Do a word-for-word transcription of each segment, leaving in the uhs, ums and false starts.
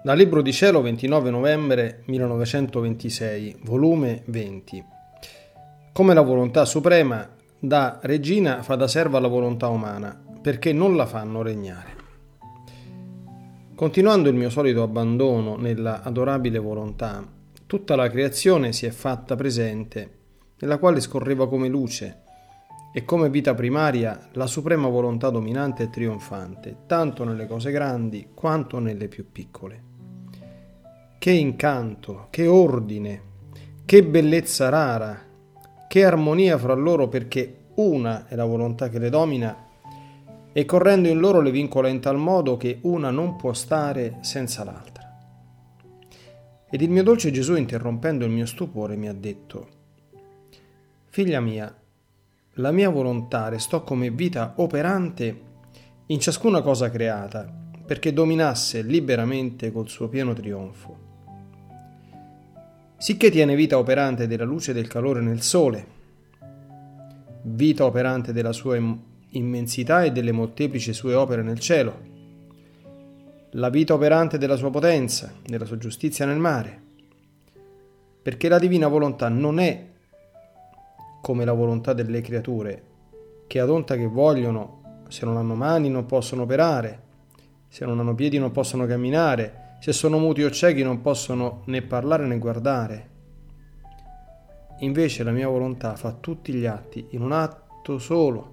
Dal Libro di Cielo, ventinove novembre millenovecentoventisei, volume venti. Come la volontà suprema, da regina fa da serva alla volontà umana, perché non la fanno regnare. Continuando il mio solito abbandono nella adorabile volontà, tutta la creazione si è fatta presente, nella quale scorreva come luce, e come vita primaria la suprema volontà dominante e trionfante, tanto nelle cose grandi quanto nelle più piccole. Che incanto, che ordine, che bellezza rara, che armonia fra loro, perché una è la volontà che le domina e correndo in loro le vincola in tal modo che una non può stare senza l'altra. Ed il mio dolce Gesù, interrompendo il mio stupore, mi ha detto: figlia mia, la mia volontà restò come vita operante in ciascuna cosa creata, perché dominasse liberamente col suo pieno trionfo. Sicché tiene vita operante della luce e del calore nel sole, vita operante della sua immensità e delle molteplici sue opere nel cielo, la vita operante della sua potenza, della sua giustizia nel mare, perché la divina volontà non è come la volontà delle creature, che ad onta che vogliono, se non hanno mani non possono operare, se non hanno piedi non possono camminare, se sono muti o ciechi non possono né parlare né guardare. Invece la mia volontà fa tutti gli atti in un atto solo.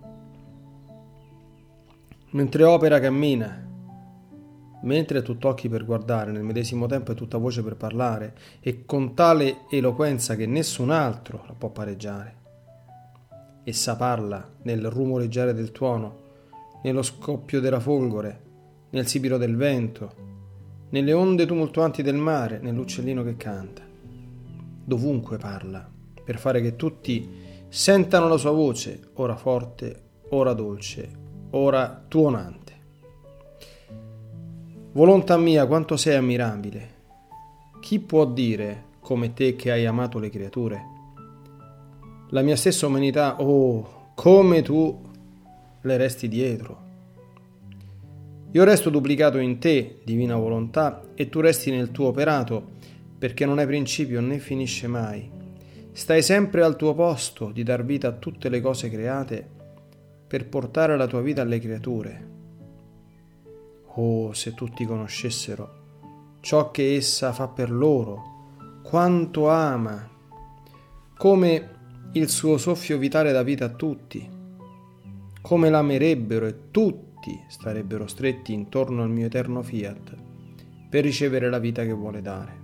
Mentre opera cammina, mentre è tutto occhi per guardare, nel medesimo tempo è tutta voce per parlare, e con tale eloquenza che nessun altro la può pareggiare. Essa parla nel rumoreggiare del tuono, nello scoppio della folgore, nel sibilo del vento, nelle onde tumultuanti del mare, nell'uccellino che canta. Dovunque parla, per fare che tutti sentano la sua voce, ora forte, ora dolce, ora tuonante. Volontà mia, quanto sei ammirabile! Chi può dire, come te che hai amato le creature? La mia stessa umanità, oh, come tu le resti dietro. Io resto duplicato in te, divina volontà, e tu resti nel tuo operato, perché non hai principio né finisce mai. Stai sempre al tuo posto di dar vita a tutte le cose create, per portare la tua vita alle creature. Oh, se tutti conoscessero ciò che essa fa per loro, quanto ama, come il suo soffio vitale dà vita a tutti, come l'amerebbero e tutti starebbero stretti intorno al mio eterno fiat per ricevere la vita che vuole dare.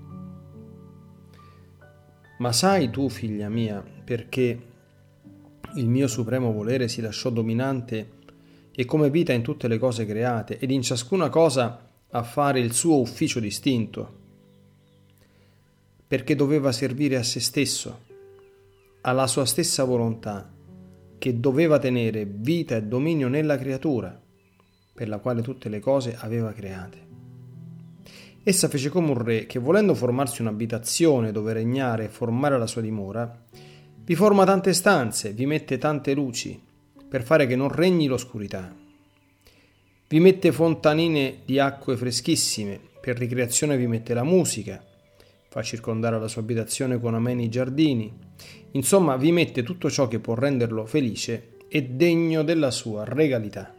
Ma sai tu, figlia mia, perché il mio supremo volere si lasciò dominante e come vita in tutte le cose create ed in ciascuna cosa a fare il suo ufficio distinto? Perché doveva servire a se stesso, alla sua stessa volontà, che doveva tenere vita e dominio nella creatura, per la quale tutte le cose aveva create. Essa fece come un re che, volendo formarsi un'abitazione dove regnare e formare la sua dimora, vi forma tante stanze, vi mette tante luci, per fare che non regni l'oscurità. Vi mette fontanine di acque freschissime, per ricreazione vi mette la musica, fa circondare la sua abitazione con ameni giardini, insomma vi mette tutto ciò che può renderlo felice e degno della sua regalità.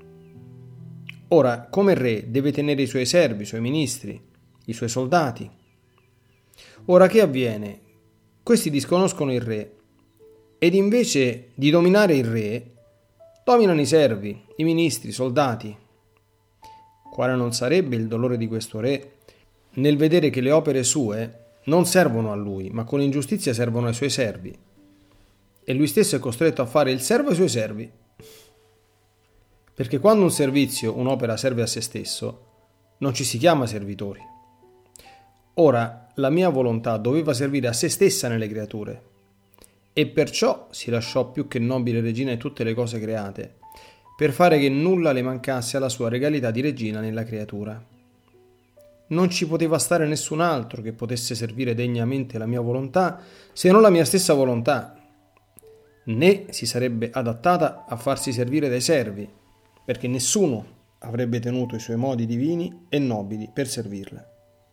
Ora, come re, deve tenere i suoi servi, i suoi ministri, i suoi soldati. Ora, che avviene? Questi disconoscono il re, ed invece di dominare il re, dominano i servi, i ministri, i soldati. Quale non sarebbe il dolore di questo re nel vedere che le opere sue non servono a lui, ma con ingiustizia servono ai suoi servi, e lui stesso è costretto a fare il servo ai suoi servi. Perché quando un servizio, un'opera serve a se stesso, non ci si chiama servitori. Ora, la mia volontà doveva servire a se stessa nelle creature, e perciò si lasciò più che nobile regina in tutte le cose create, per fare che nulla le mancasse alla sua regalità di regina nella creatura. Non ci poteva stare nessun altro che potesse servire degnamente la mia volontà, se non la mia stessa volontà, né si sarebbe adattata a farsi servire dai servi, perché nessuno avrebbe tenuto i suoi modi divini e nobili per servirla.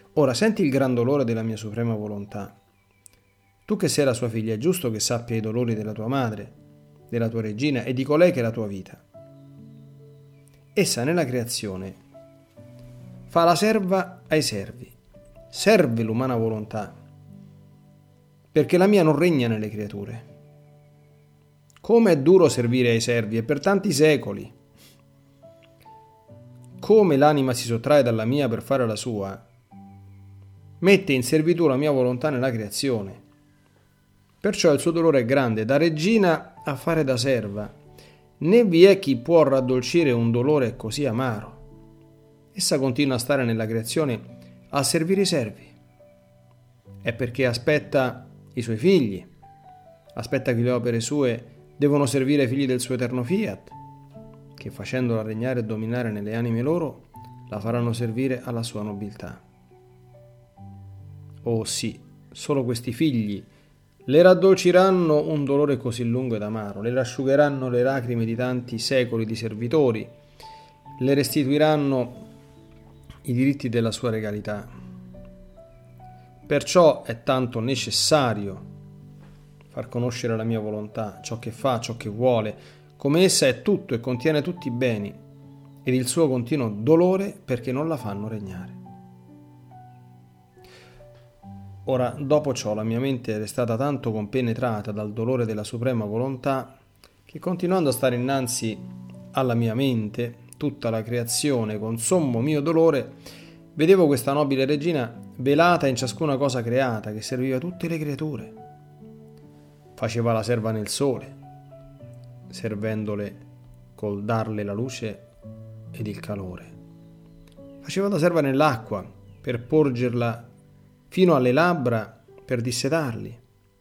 Ora senti il gran dolore della mia suprema volontà. Tu che sei la sua figlia, è giusto che sappia i dolori della tua madre, della tua regina e di colei che è la tua vita. Essa nella creazione fa la serva ai servi, serve l'umana volontà, perché la mia non regna nelle creature. Come è duro servire ai servi, e per tanti secoli. Come l'anima si sottrae dalla mia per fare la sua, mette in servitù la mia volontà nella creazione. Perciò il suo dolore è grande, da regina a fare da serva. Né vi è chi può raddolcire un dolore così amaro. Essa continua a stare nella creazione a servire i servi. È perché aspetta i suoi figli, aspetta che le opere sue devono servire ai figli del suo eterno fiat, che facendola regnare e dominare nelle anime loro, la faranno servire alla sua nobiltà. Oh sì, solo questi figli le raddolciranno un dolore così lungo ed amaro, le rasciugheranno le lacrime di tanti secoli di servitori, le restituiranno i diritti della sua regalità. Perciò è tanto necessario far conoscere la mia volontà, ciò che fa, ciò che vuole, come essa è tutto e contiene tutti i beni, ed il suo continuo dolore perché non la fanno regnare. Ora, dopo ciò, la mia mente è stata tanto compenetrata dal dolore della suprema volontà che, continuando a stare innanzi alla mia mente, tutta la creazione con sommo mio dolore, vedevo questa nobile regina velata in ciascuna cosa creata, che serviva a tutte le creature. Faceva la serva nel sole, servendole col darle la luce ed il calore. Faceva la serva nell'acqua, per porgerla fino alle labbra per dissetarli.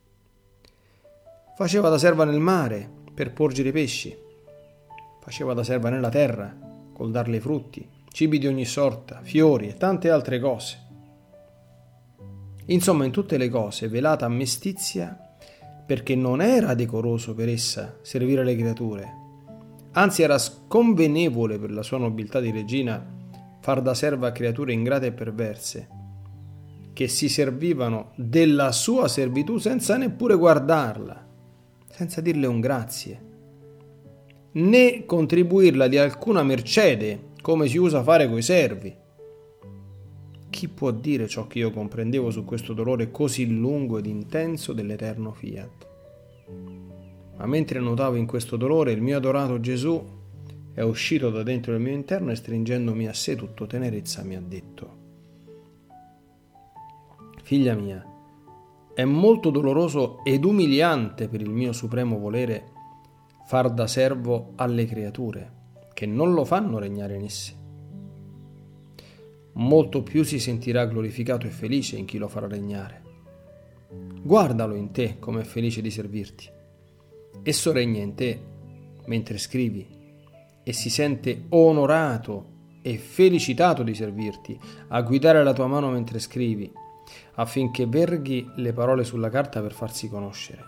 Faceva da serva nel mare per porgere i pesci. Faceva da serva nella terra col darle i frutti, cibi di ogni sorta, fiori e tante altre cose. Insomma, in tutte le cose velata a mestizia, perché non era decoroso per essa servire le creature, anzi era sconvenevole per la sua nobiltà di regina far da serva a creature ingrate e perverse, che si servivano della sua servitù senza neppure guardarla, senza dirle un grazie, né contribuirla di alcuna mercede, come si usa fare coi servi. Chi può dire ciò che io comprendevo su questo dolore così lungo ed intenso dell'eterno fiat? Ma mentre nuotavo in questo dolore, il mio adorato Gesù è uscito da dentro il mio interno e, stringendomi a sé tutto tenerezza, mi ha detto: figlia mia, è molto doloroso ed umiliante per il mio supremo volere far da servo alle creature, che non lo fanno regnare in esse. Molto più si sentirà glorificato e felice in chi lo farà regnare. Guardalo in te come è felice di servirti. Esso regna in te mentre scrivi e si sente onorato e felicitato di servirti, a guidare la tua mano mentre scrivi, affinché verghi le parole sulla carta per farsi conoscere.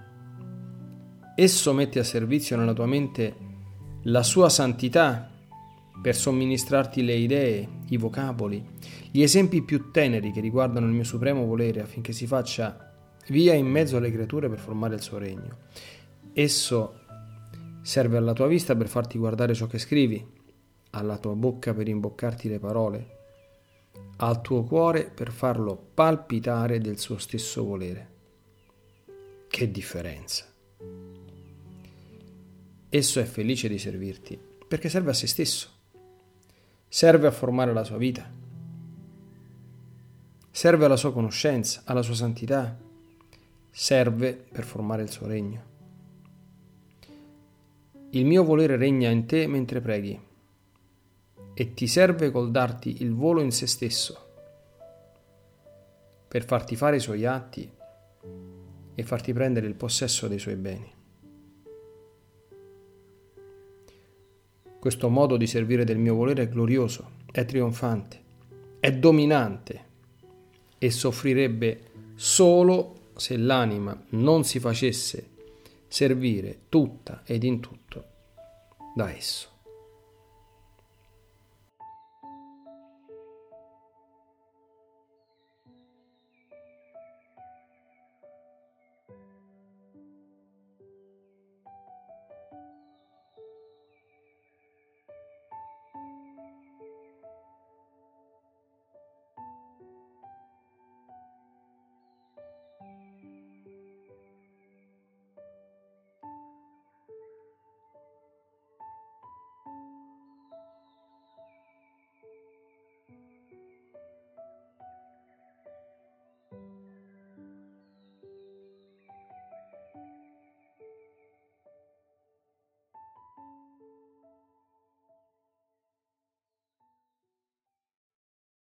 Esso mette a servizio nella tua mente la sua santità per somministrarti le idee, i vocaboli, gli esempi più teneri che riguardano il mio supremo volere, affinché si faccia via in mezzo alle creature per formare il suo regno. Esso serve alla tua vista per farti guardare ciò che scrivi, alla tua bocca per imboccarti le parole, al tuo cuore per farlo palpitare del suo stesso volere. Che differenza! Esso è felice di servirti perché serve a se stesso, serve a formare la sua vita, serve alla sua conoscenza, alla sua santità, serve per formare il suo regno. Il mio volere regna in te mentre preghi e ti serve col darti il volo in se stesso per farti fare i suoi atti e farti prendere il possesso dei suoi beni. Questo modo di servire del mio volere è glorioso, è trionfante, è dominante e soffrirebbe solo se l'anima non si facesse servire tutta ed in tutto da esso.